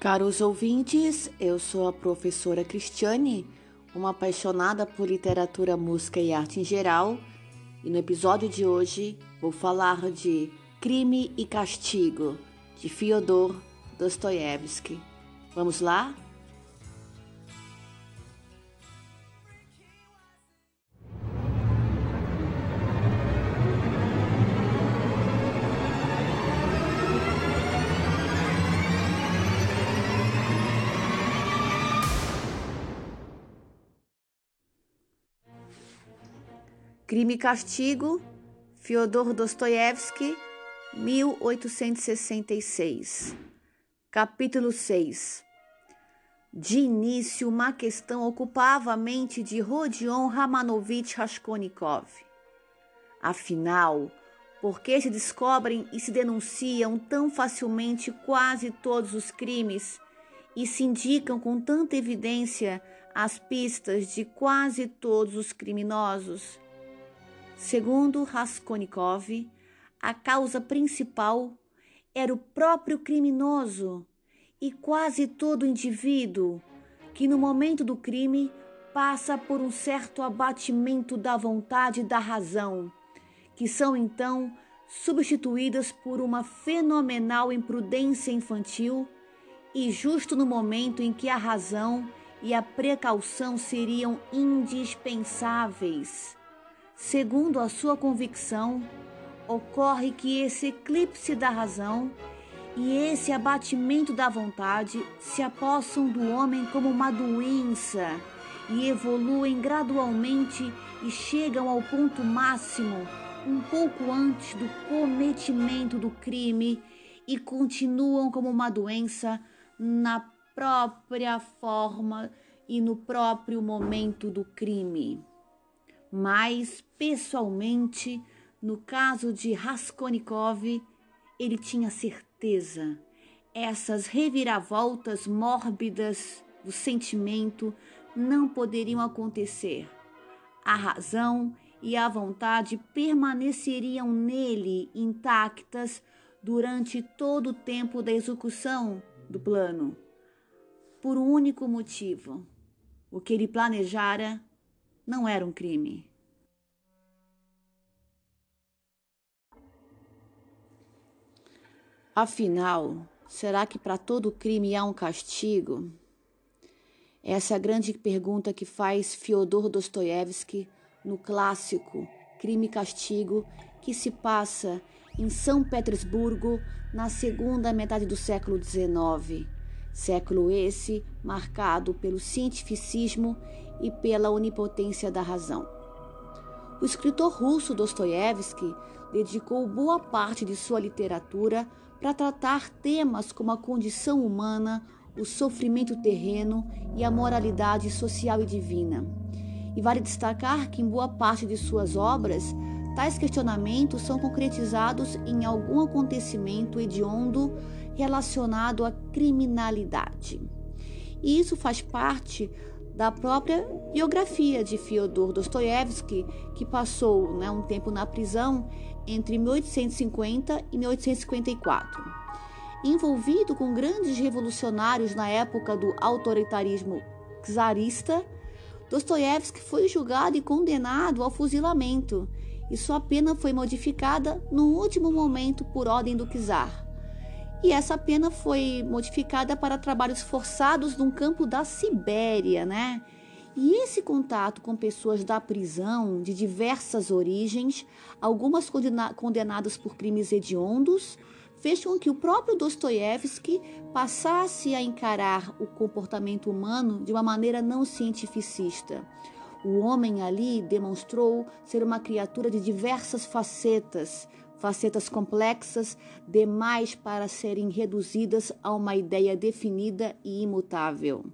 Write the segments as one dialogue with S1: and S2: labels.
S1: Caros ouvintes, eu sou a professora Cristiane, uma apaixonada por literatura, música e arte em geral, e no episódio de hoje vou falar de Crime e Castigo, de Fyodor Dostoiévski. Vamos lá? Crime e Castigo, Fyodor Dostoiévski, 1866. Capítulo 6. De início, uma questão ocupava a mente de Rodion Romanovich Raskolnikov. Afinal, por que se descobrem e se denunciam tão facilmente quase todos os crimes e se indicam com tanta evidência as pistas de quase todos os criminosos? Segundo Raskolnikov, a causa principal era o próprio criminoso e quase todo indivíduo que no momento do crime passa por um certo abatimento da vontade e da razão, que são então substituídas por uma fenomenal imprudência infantil e justo no momento em que a razão e a precaução seriam indispensáveis. Segundo a sua convicção, ocorre que esse eclipse da razão e esse abatimento da vontade se apossam do homem como uma doença e evoluem gradualmente e chegam ao ponto máximo um pouco antes do cometimento do crime e continuam como uma doença na própria forma e no próprio momento do crime. Mas, pessoalmente, no caso de Raskolnikov, ele tinha certeza. Essas reviravoltas mórbidas do sentimento não poderiam acontecer. A razão e a vontade permaneceriam nele intactas durante todo o tempo da execução do plano. Por um único motivo: o que ele planejara não era um crime. Afinal, será que para todo crime há um castigo? Essa é a grande pergunta que faz Fyodor Dostoiévski no clássico Crime e Castigo, que se passa em São Petersburgo na segunda metade do século XIX. Século esse marcado pelo cientificismo e pela onipotência da razão. O escritor russo Dostoiévski dedicou boa parte de sua literatura para tratar temas como a condição humana, o sofrimento terreno e a moralidade social e divina. E vale destacar que em boa parte de suas obras, tais questionamentos são concretizados em algum acontecimento hediondo relacionado à criminalidade. E isso faz parte da própria biografia de Fyodor Dostoiévski, que passou um tempo na prisão entre 1850 e 1854. Envolvido com grandes revolucionários na época do autoritarismo czarista, Dostoiévski foi julgado e condenado ao fuzilamento, e sua pena foi modificada no último momento por ordem do czar. E essa pena foi modificada para trabalhos forçados num campo da Sibéria, E esse contato com pessoas da prisão de diversas origens, algumas condenadas por crimes hediondos, fez com que o próprio Dostoiévski passasse a encarar o comportamento humano de uma maneira não cientificista. O homem ali demonstrou ser uma criatura de diversas facetas complexas demais para serem reduzidas a uma ideia definida e imutável.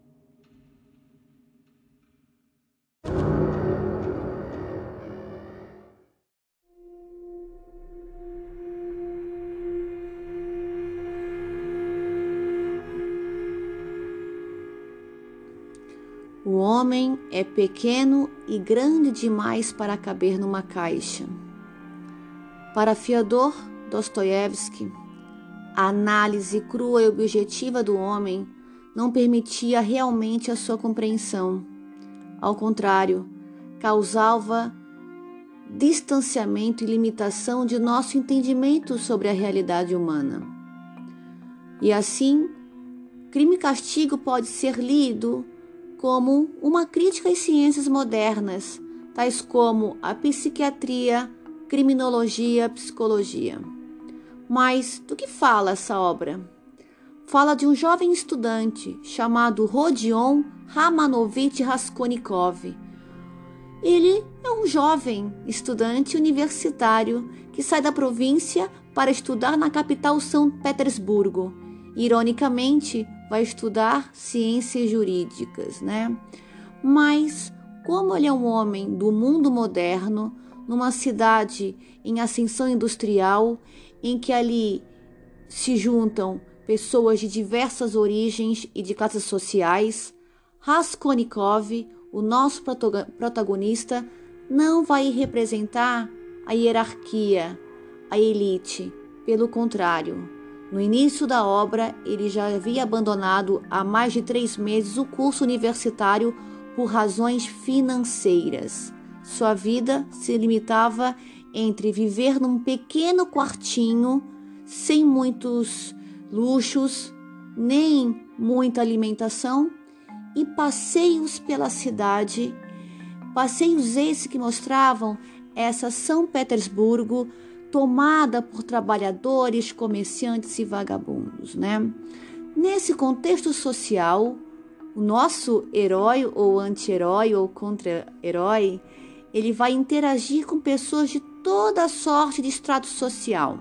S1: O homem é pequeno e grande demais para caber numa caixa. Para Fyodor Dostoiévski, A análise crua e objetiva do homem não permitia realmente a sua compreensão. Ao contrário, causava distanciamento e limitação de nosso entendimento sobre a realidade humana. E assim, Crime e Castigo pode ser lido como uma crítica às ciências modernas, tais como a psiquiatria, criminologia, psicologia. Mas do que fala essa obra? Fala de um jovem estudante chamado Rodion Romanovich Raskolnikov. Ele é um jovem estudante universitário que sai da província para estudar na capital São Petersburgo. Ironicamente, vai estudar ciências jurídicas, né? Mas, como ele é um homem do mundo moderno, numa cidade em ascensão industrial, em que ali se juntam pessoas de diversas origens e de classes sociais, Raskolnikov, o nosso protagonista, não vai representar a hierarquia, a elite. Pelo contrário, no início da obra, ele já havia abandonado há mais de 3 meses o curso universitário por razões financeiras. Sua vida se limitava entre viver num pequeno quartinho, sem muitos luxos, nem muita alimentação, e passeios pela cidade, passeios esses que mostravam essa São Petersburgo tomada por trabalhadores, comerciantes e vagabundos, né? Nesse contexto social, o nosso herói ou anti-herói ou contra-herói, ele vai interagir com pessoas de toda sorte de estrato social.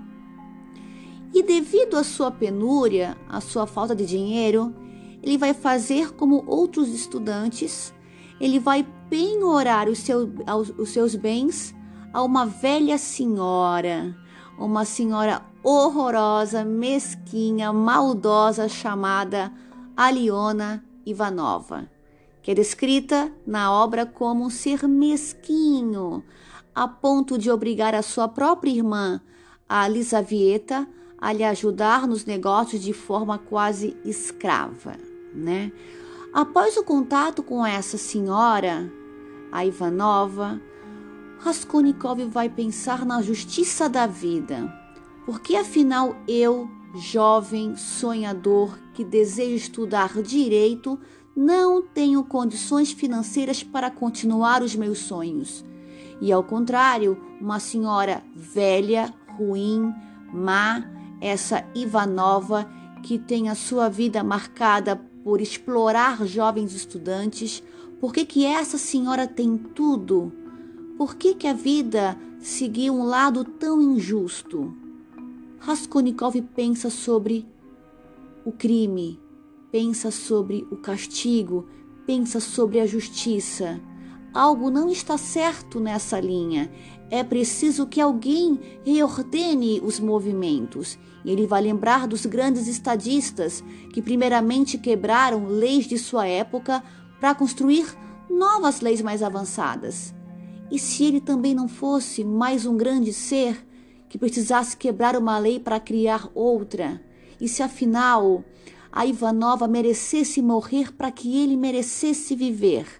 S1: E devido à sua penúria, à sua falta de dinheiro, ele vai fazer como outros estudantes, ele vai penhorar os seus bens a uma velha senhora, uma senhora horrorosa, mesquinha, maldosa, chamada Aliona Ivanova, que é descrita na obra como um ser mesquinho, a ponto de obrigar a sua própria irmã, a Lisavieta, a lhe ajudar nos negócios de forma quase escrava, né? Após o contato com essa senhora, a Ivanova, Raskolnikov vai pensar na justiça da vida. Porque afinal eu, jovem sonhador que desejo estudar direito, não tenho condições financeiras para continuar os meus sonhos. E ao contrário, uma senhora velha, ruim, má, essa Ivanova, que tem a sua vida marcada por explorar jovens estudantes, por que essa senhora tem tudo? Por que a vida seguiu um lado tão injusto? Raskolnikov pensa sobre o crime, pensa sobre o castigo, pensa sobre a justiça. Algo não está certo nessa linha. É preciso que alguém reordene os movimentos. E ele vai lembrar dos grandes estadistas que primeiramente quebraram leis de sua época para construir novas leis mais avançadas. E se ele também não fosse mais um grande ser que precisasse quebrar uma lei para criar outra? E se afinal a Ivanova merecesse morrer para que ele merecesse viver?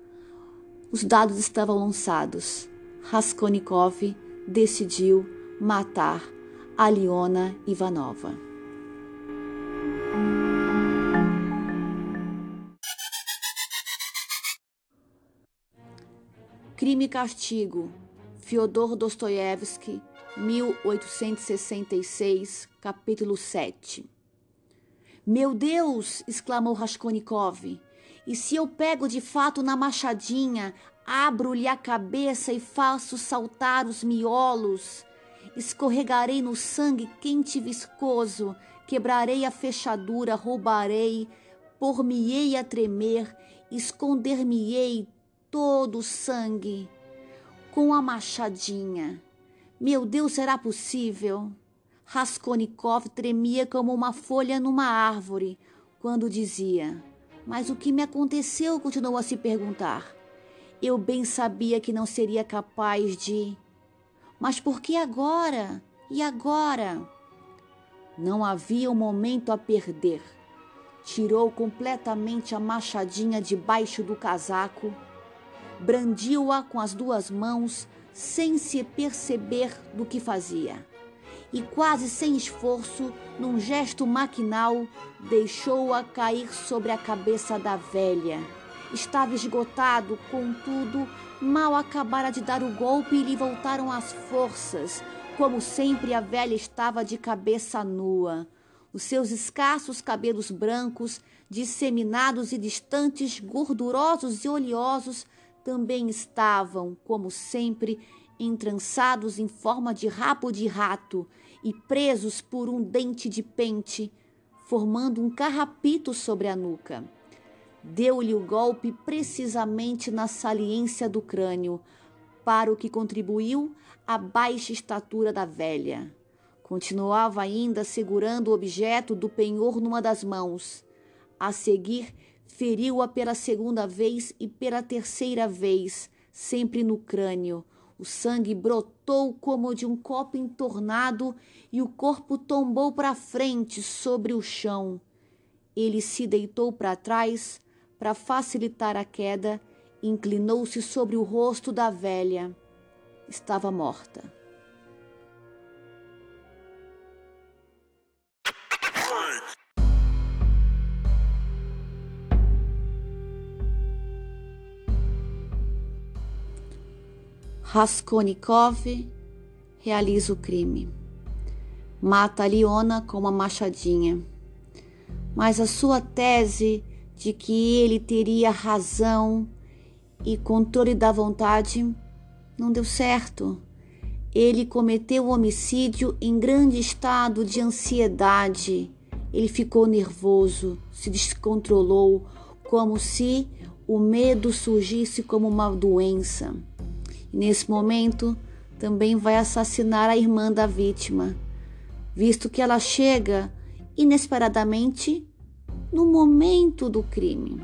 S1: Os dados estavam lançados. Raskolnikov decidiu matar Aliona Ivanova. Crime e Castigo, Fyodor Dostoiévski, 1866, capítulo 7. Meu Deus! Exclamou Raskolnikov. E se eu pego de fato na machadinha, abro-lhe a cabeça e faço saltar os miolos? Escorregarei no sangue quente e viscoso, quebrarei a fechadura, roubarei, por-me-ei a tremer, esconder-me-ei todo o sangue com a machadinha. Meu Deus, será possível? Raskolnikov tremia como uma folha numa árvore quando dizia: mas o que me aconteceu? Continuou a se perguntar. Eu bem sabia que não seria capaz de... Mas por que agora? E agora? Não havia um momento a perder. Tirou completamente a machadinha debaixo do casaco, brandiu-a com as 2 mãos, sem se perceber do que fazia. E quase sem esforço, num gesto maquinal, deixou-a cair sobre a cabeça da velha. Estava esgotado, contudo, mal acabara de dar o golpe e lhe voltaram as forças. Como sempre, a velha estava de cabeça nua. Os seus escassos cabelos brancos, disseminados e distantes, gordurosos e oleosos, também estavam, como sempre, entrançados em forma de rabo de rato e presos por um dente de pente, formando um carrapito sobre a nuca. Deu-lhe o golpe precisamente na saliência do crânio, para o que contribuiu a baixa estatura da velha. Continuava ainda segurando o objeto do penhor numa das mãos. A seguir, feriu-a pela 2ª vez e pela 3ª vez, sempre no crânio. O sangue brotou como de um copo entornado e o corpo tombou para frente sobre o chão. Ele se deitou para trás para facilitar a queda e inclinou-se sobre o rosto da velha. Estava morta. Raskolnikov realiza o crime. Mata a Liona com uma machadinha. Mas a sua tese de que ele teria razão e controle da vontade não deu certo. Ele cometeu o homicídio em grande estado de ansiedade. Ele ficou nervoso, se descontrolou, como se o medo surgisse como uma doença. Nesse momento, também vai assassinar a irmã da vítima, visto que ela chega inesperadamente no momento do crime.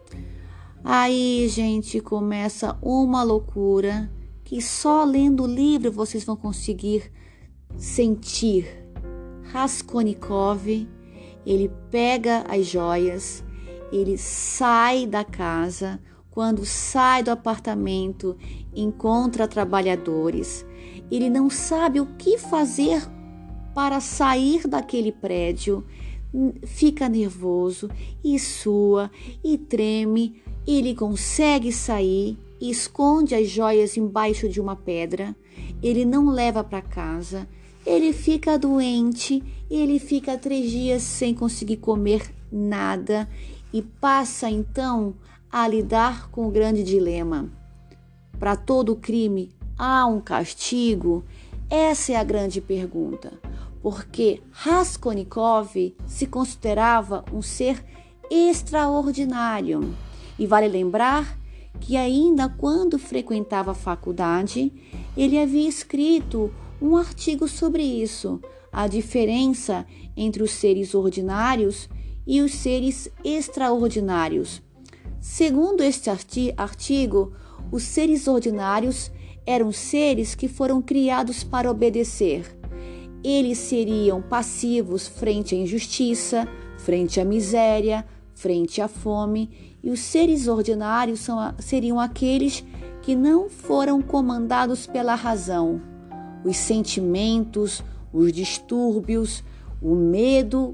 S1: Aí, gente, começa uma loucura que só lendo o livro vocês vão conseguir sentir. Raskolnikov, ele pega as joias, ele sai da casa. Quando sai do apartamento, encontra trabalhadores. Ele não sabe o que fazer para sair daquele prédio. Fica nervoso e sua e treme. Ele consegue sair, esconde as joias embaixo de uma pedra. Ele não leva para casa. Ele fica doente. Ele fica 3 dias sem conseguir comer nada e passa então a lidar com o grande dilema. Para todo crime há um castigo? Essa é a grande pergunta, porque Raskolnikov se considerava um ser extraordinário. E vale lembrar que ainda quando frequentava a faculdade, ele havia escrito um artigo sobre isso, a diferença entre os seres ordinários e os seres extraordinários. Segundo este artigo, os seres ordinários eram seres que foram criados para obedecer. Eles seriam passivos frente à injustiça, frente à miséria, frente à fome, e os seres ordinários seriam aqueles que não foram comandados pela razão. Os sentimentos, os distúrbios, o medo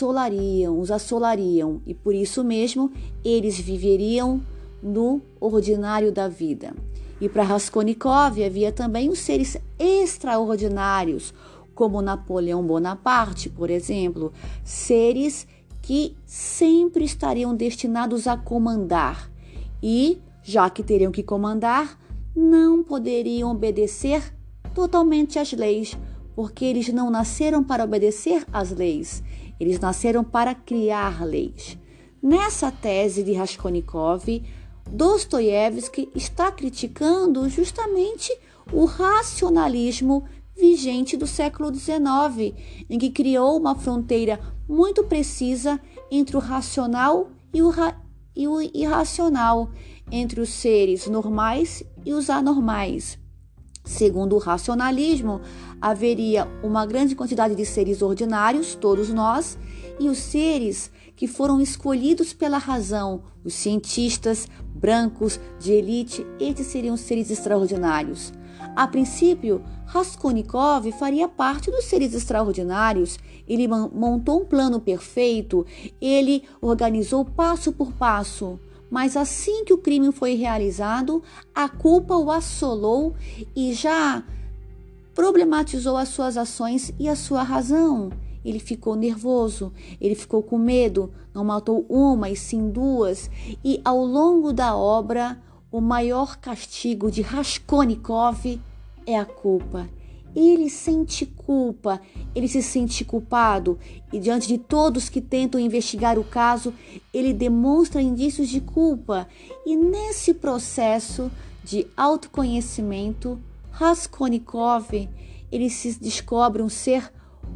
S1: os assolariam e por isso mesmo eles viveriam no ordinário da vida. E para Raskolnikov havia também os seres extraordinários, como Napoleão Bonaparte, por exemplo, seres que sempre estariam destinados a comandar e, já que teriam que comandar, não poderiam obedecer totalmente às leis, porque eles não nasceram para obedecer às leis, eles nasceram para criar leis. Nessa tese de Raskolnikov, Dostoiévski está criticando justamente o racionalismo vigente do século XIX, em que criou uma fronteira muito precisa entre o racional e o irracional, entre os seres normais e os anormais. Segundo o racionalismo, haveria uma grande quantidade de seres ordinários, todos nós, e os seres que foram escolhidos pela razão, os cientistas brancos de elite, esses seriam seres extraordinários. A princípio, Raskolnikov faria parte dos seres extraordinários. Ele montou um plano perfeito, ele organizou passo por passo. Mas assim que o crime foi realizado, a culpa o assolou e já problematizou as suas ações e a sua razão. Ele ficou nervoso, ele ficou com medo, não matou uma e sim duas. E ao longo da obra, o maior castigo de Raskolnikov é a culpa. Ele sente culpa, ele se sente culpado e diante de todos que tentam investigar o caso, ele demonstra indícios de culpa. E nesse processo de autoconhecimento, Raskolnikov, ele se descobre um ser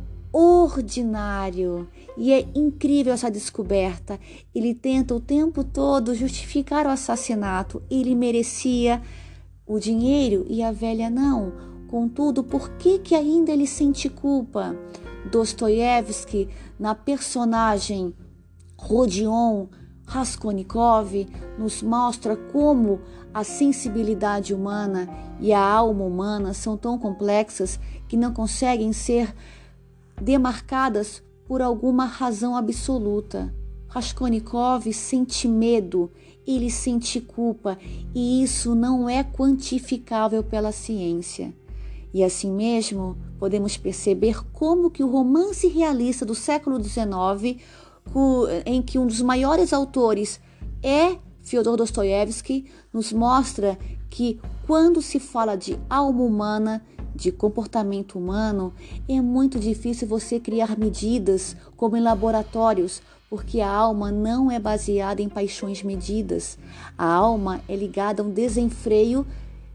S1: ordinário. E é incrível essa descoberta. Ele tenta o tempo todo justificar o assassinato. Ele merecia o dinheiro e a velha não. Contudo, por que ainda ele sente culpa? Dostoiévski, na personagem Rodion Raskolnikov, nos mostra como a sensibilidade humana e a alma humana são tão complexas que não conseguem ser demarcadas por alguma razão absoluta. Raskolnikov sente medo, ele sente culpa, e isso não é quantificável pela ciência. E assim mesmo, podemos perceber como que o romance realista do século XIX, em que um dos maiores autores é Fyodor Dostoiévski, nos mostra que quando se fala de alma humana, de comportamento humano, é muito difícil você criar medidas como em laboratórios, porque a alma não é baseada em paixões medidas. A alma é ligada a um desenfreio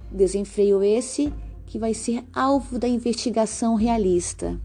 S1: esse que vai ser alvo da investigação realista.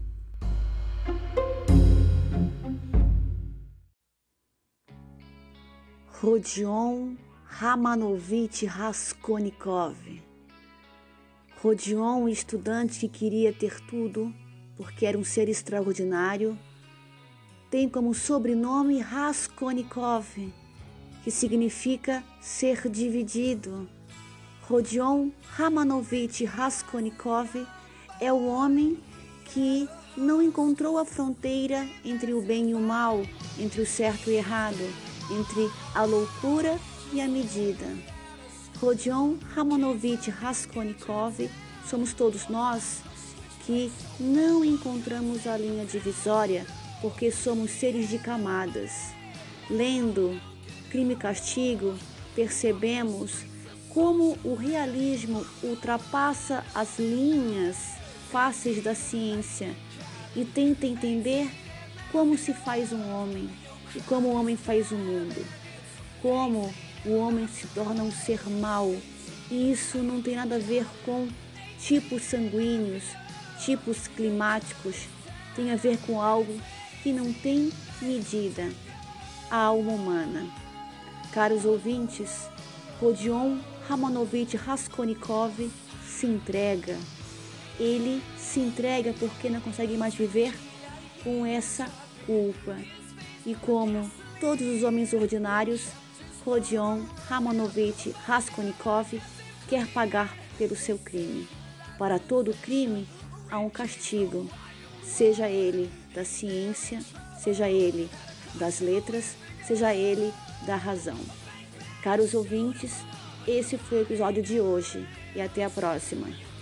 S1: Rodion Romanovich Raskolnikov. Rodion, estudante que queria ter tudo, porque era um ser extraordinário, tem como sobrenome Raskolnikov, que significa ser dividido. Rodion Romanovich Raskolnikov é o homem que não encontrou a fronteira entre o bem e o mal, entre o certo e o errado, entre a loucura e a medida. Rodion Romanovich Raskolnikov somos todos nós que não encontramos a linha divisória porque somos seres de camadas. Lendo Crime e Castigo, percebemos como o realismo ultrapassa as linhas fáceis da ciência e tenta entender como se faz um homem e como o homem faz o mundo, como o homem se torna um ser mau. E isso não tem nada a ver com tipos sanguíneos, tipos climáticos, tem a ver com algo que não tem medida, a alma humana. Caros ouvintes, Rodion Romanovich Raskolnikov se entrega. Ele se entrega porque não consegue mais viver com essa culpa. E como todos os homens ordinários, Rodion Romanovich Raskolnikov quer pagar pelo seu crime. Para todo crime há um castigo, seja ele da ciência, seja ele das letras, seja ele da razão. Caros ouvintes, esse foi o episódio de hoje e até a próxima.